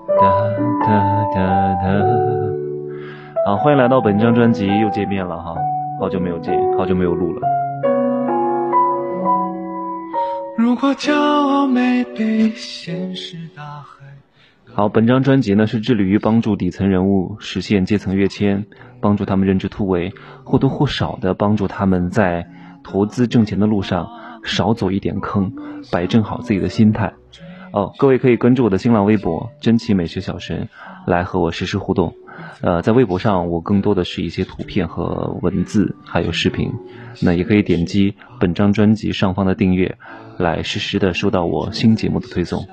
哒哒哒哒。好，欢迎来到本张专辑，又见面了哈，好久没有录了。如果骄傲没被现实大海。好，本张专辑呢是致力于帮助底层人物实现阶层跃迁，帮助他们认知突围，或多或少的帮助他们在投资挣钱的路上少走一点坑，摆正好自己的心态。各位可以关注我的新浪微博真奇美学小神来和我实时互动。在微博上我更多的是一些图片和文字还有视频，那也可以点击本张专辑上方的订阅来实时的收到我新节目的推送。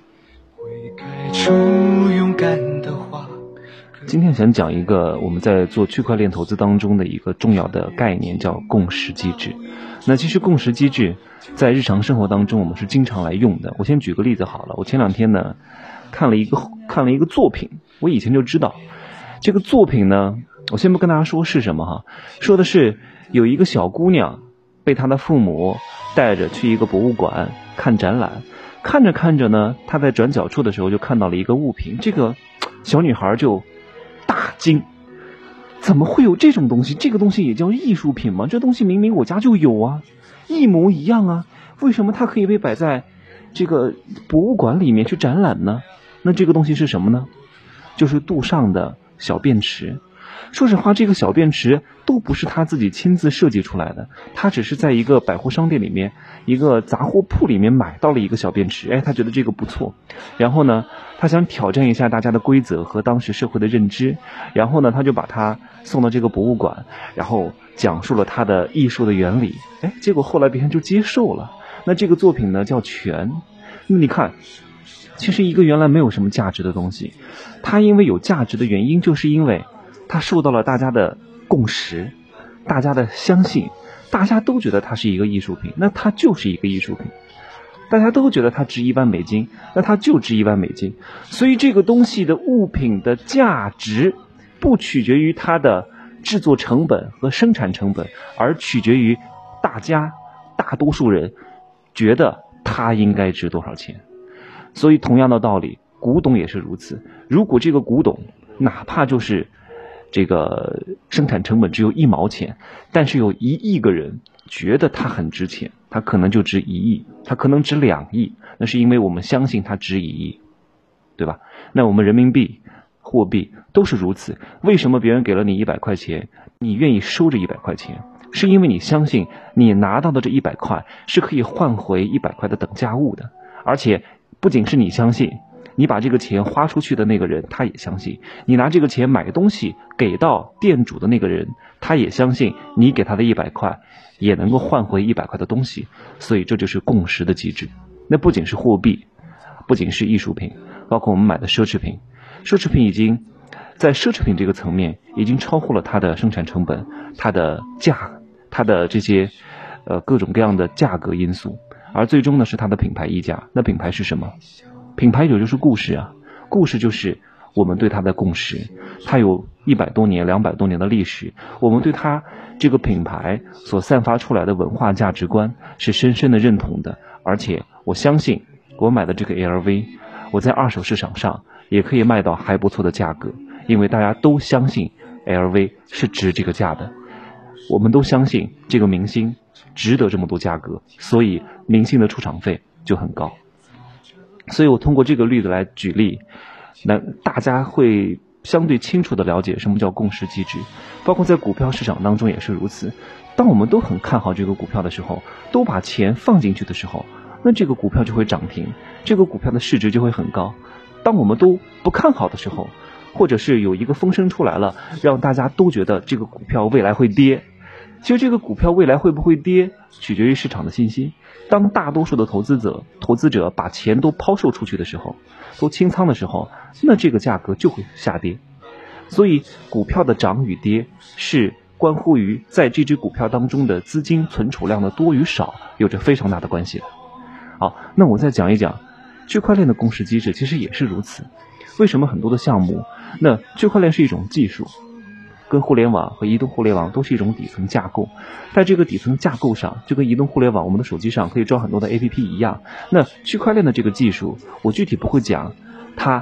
今天想讲一个我们在做区块链投资当中的一个重要的概念，叫共识机制。那其实共识机制在日常生活当中我们是经常来用的。我先举个例子好了，我前两天呢看了一个作品，我以前就知道这个作品呢，我先不跟大家说是什么哈，说的是有一个小姑娘被她的父母带着去一个博物馆看展览，看着看着呢，她在转角处的时候就看到了一个物品，这个小女孩就大惊，怎么会有这种东西？这个东西也叫艺术品吗？这东西明明我家就有啊，一模一样啊，为什么它可以被摆在这个博物馆里面去展览呢？那这个东西是什么呢？就是杜尚的小便池。说实话，这个小便池都不是他自己亲自设计出来的，他只是在一个百货商店里面，一个杂货铺里面买到了一个小便池，他觉得这个不错，然后呢他想挑战一下大家的规则和当时社会的认知，然后呢他就把它送到这个博物馆，然后讲述了他的艺术的原理，结果后来别人就接受了。那这个作品呢叫权。那你看，其实一个原来没有什么价值的东西，它因为有价值的原因，就是因为它受到了大家的共识，大家的相信，大家都觉得它是一个艺术品，那它就是一个艺术品。大家都觉得它值$100，那它就值$100。所以这个东西的物品的价值不取决于它的制作成本和生产成本，而取决于大多数人觉得它应该值多少钱。所以同样的道理，古董也是如此。如果这个古董哪怕就是这个生产成本只有1毛钱，但是有1亿个人觉得它很值钱，它可能就值1亿，它可能值2亿，那是因为我们相信它值1亿，对吧？那我们人民币货币都是如此。为什么别人给了你100块钱，你愿意收这100块钱？是因为你相信你拿到的这100块是可以换回100块的等价物的，而且不仅是你相信，你把这个钱花出去的那个人他也相信，你拿这个钱买东西给到店主的那个人他也相信你给他的100块也能够换回100块的东西。所以这就是共识的机制。那不仅是货币，不仅是艺术品，包括我们买的奢侈品，奢侈品已经在奢侈品这个层面已经超乎了它的生产成本，它的这些各种各样的价格因素，而最终呢是它的品牌溢价。那品牌是什么？品牌就是故事啊，故事就是我们对它的共识。它有100多年200多年的历史，我们对它这个品牌所散发出来的文化价值观是深深的认同的。而且我相信我买的这个 LV 我在二手市场上也可以卖到还不错的价格，因为大家都相信 LV 是值这个价的，我们都相信这个明星值得这么多价格，所以明星的出场费就很高。所以我通过这个例子来举例，那大家会相对清楚的了解什么叫共识机制。包括在股票市场当中也是如此，当我们都很看好这个股票的时候，都把钱放进去的时候，那这个股票就会涨停，这个股票的市值就会很高。当我们都不看好的时候，或者是有一个风声出来了，让大家都觉得这个股票未来会跌，其实这个股票未来会不会跌取决于市场的信心。当大多数的投资者把钱都抛售出去的时候，都清仓的时候，那这个价格就会下跌。所以股票的涨与跌是关乎于在这只股票当中的资金存储量的多与少，有着非常大的关系的。好，那我再讲一讲区块链的共识机制，其实也是如此。为什么很多的项目，那区块链是一种技术，跟互联网和移动互联网都是一种底层架构，在这个底层架构上，就跟移动互联网我们的手机上可以装很多的 APP 一样，那区块链的这个技术我具体不会讲它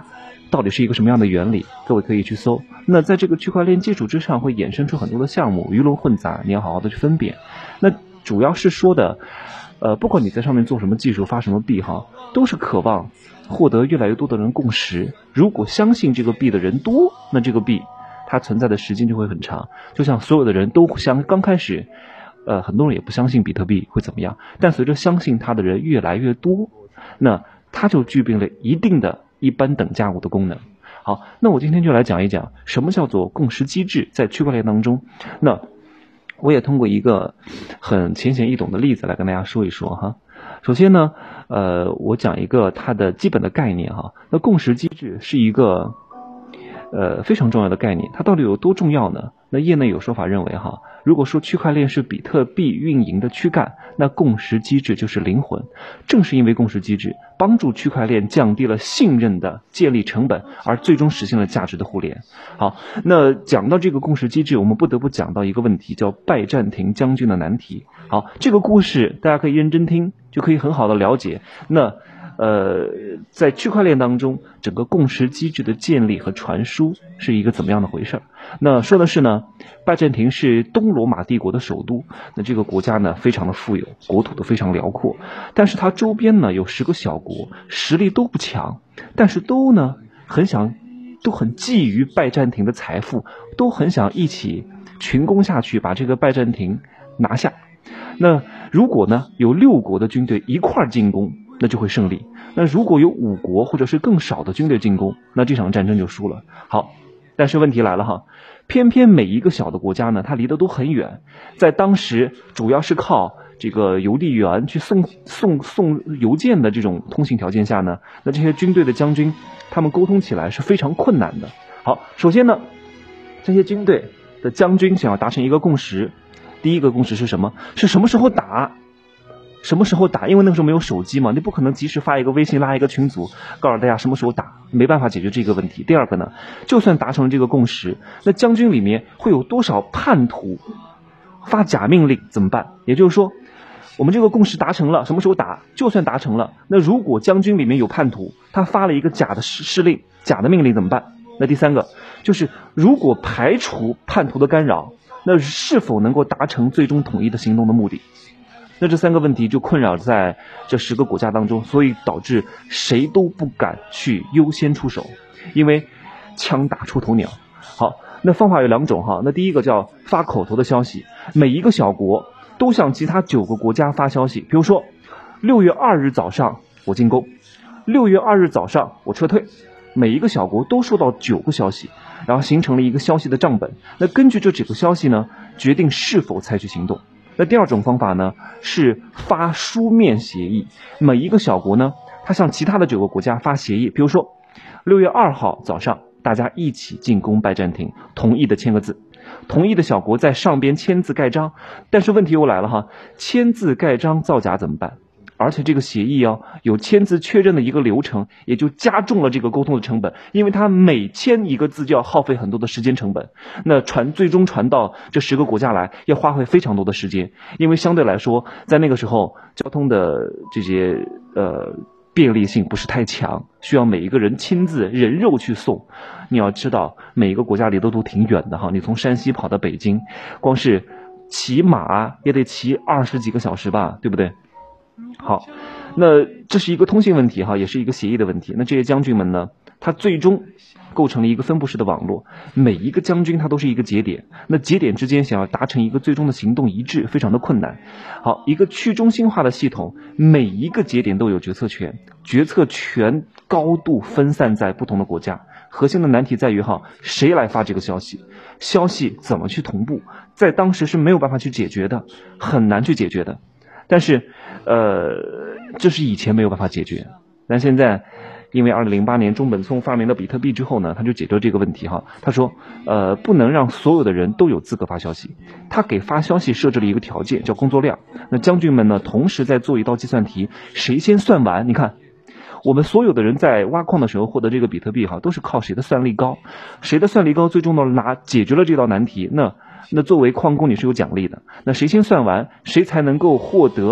到底是一个什么样的原理？各位可以去搜。那在这个区块链基础之上，会衍生出很多的项目，鱼龙混杂，你要好好的去分辨。那主要是说的，不管你在上面做什么技术，发什么币哈，都是渴望获得越来越多的人共识。如果相信这个币的人多，那这个币它存在的时间就会很长。就像所有的人都刚开始，很多人也不相信比特币会怎么样，但随着相信它的人越来越多，那它就具备了一定的一般等价物的功能。好，那我今天就来讲一讲什么叫做共识机制在区块链当中。那我也通过一个很浅显易懂的例子来跟大家说一说哈。首先呢，我讲一个它的基本的概念哈。那共识机制是一个非常重要的概念，它到底有多重要呢？那业内有说法认为哈，如果说区块链是比特币运营的躯干，那共识机制就是灵魂。正是因为共识机制帮助区块链降低了信任的建立成本，而最终实现了价值的互联。好，那讲到这个共识机制，我们不得不讲到一个问题，叫拜占庭将军的难题。好，这个故事大家可以认真听，就可以很好的了解。那在区块链当中，整个共识机制的建立和传输是一个怎么样的回事？那说的是呢，拜占庭是东罗马帝国的首都，那这个国家呢非常的富有，国土都非常辽阔，但是它周边呢有10个小国，实力都不强，但是都很觊觎拜占庭的财富，都很想一起群攻下去，把这个拜占庭拿下。那如果呢有6国的军队一块进攻，那就会胜利。那如果有5国或者是更少的军队进攻，那这场战争就输了。好，但是问题来了哈，偏偏每一个小的国家呢，它离得都很远，在当时主要是靠这个邮递员去送邮件的这种通信条件下呢，那这些军队的将军他们沟通起来是非常困难的。好，首先呢，这些军队的将军想要达成一个共识，第一个共识是什么？是什么时候打？什么时候打？因为那个时候没有手机嘛，你不可能及时发一个微信拉一个群组告诉大家什么时候打，没办法解决这个问题。第二个呢，就算达成了这个共识，那将军里面会有多少叛徒发假命令怎么办？也就是说，我们这个共识达成了，什么时候打？就算达成了，那如果将军里面有叛徒，他发了一个假的施令、假的命令怎么办？那第三个就是如果排除叛徒的干扰，那是否能够达成最终统一的行动的目的？那这3个问题就困扰在这10个国家当中，所以导致谁都不敢去优先出手，因为枪打出头鸟。好，那方法有2种哈。那第一个叫发口头的消息，每一个小国都向其他9个国家发消息，比如说6月2日早上我进攻，6月2日早上我撤退，每一个小国都收到9个消息，然后形成了一个消息的账本。那根据这9个消息呢，决定是否采取行动。那第2种方法呢，是发书面协议。每一个小国呢，他向其他的9个国家发协议，比如说6月2号早上大家一起进攻拜占庭，同意的签个字，同意的小国在上边签字盖章。但是问题又来了哈，签字盖章造假怎么办？而且这个协议有签字确认的一个流程，也就加重了这个沟通的成本，因为它每签一个字就要耗费很多的时间成本。那最终传到这10个国家来，要花费非常多的时间，因为相对来说，在那个时候交通的这些便利性不是太强，需要每一个人亲自人肉去送。你要知道，每一个国家离得都挺远的哈，你从山西跑到北京，光是骑马也得骑20几个小时吧，对不对？好，那这是一个通信问题哈，也是一个协议的问题。那这些将军们呢，他最终构成了一个分布式的网络，每一个将军他都是一个节点，那节点之间想要达成一个最终的行动一致，非常的困难。好，一个去中心化的系统，每一个节点都有决策权，决策权高度分散在不同的国家。核心的难题在于谁来发这个消息，消息怎么去同步，在当时是没有办法去解决的，很难去解决的。但是这是以前没有办法解决，但现在因为2008年中本聪发明了比特币之后呢，他就解决这个问题哈。他说不能让所有的人都有资格发消息，他给发消息设置了一个条件叫工作量。那将军们呢同时在做一道计算题，谁先算完，你看我们所有的人在挖矿的时候获得这个比特币都是靠谁的算力高，谁的算力高最终解决了这道难题，那作为矿工你是有奖励的，那谁先算完谁才能够获得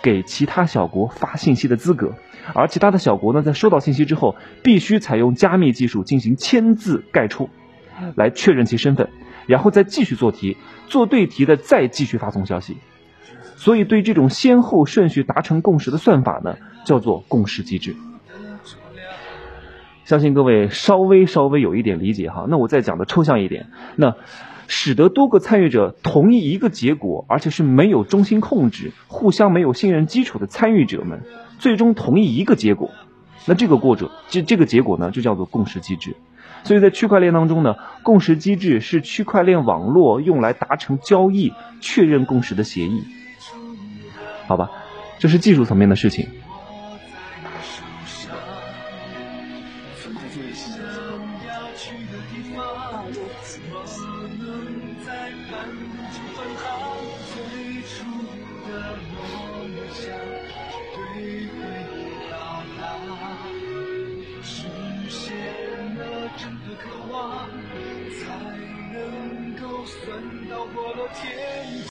给其他小国发信息的资格，而其他的小国呢，在收到信息之后，必须采用加密技术进行签字盖戳，来确认其身份，然后再继续做题，做对题的再继续发送消息。所以对这种先后顺序达成共识的算法呢，叫做共识机制。相信各位稍微有一点理解哈。那我再讲的抽象一点，那使得多个参与者同意一个结果，而且是没有中心控制、互相没有信任基础的参与者们，最终同意一个结果，那这个结果呢，就叫做共识机制。所以在区块链当中呢，共识机制是区块链网络用来达成交易、确认共识的协议。好吧，这是技术层面的事情。 才能够算到过了天。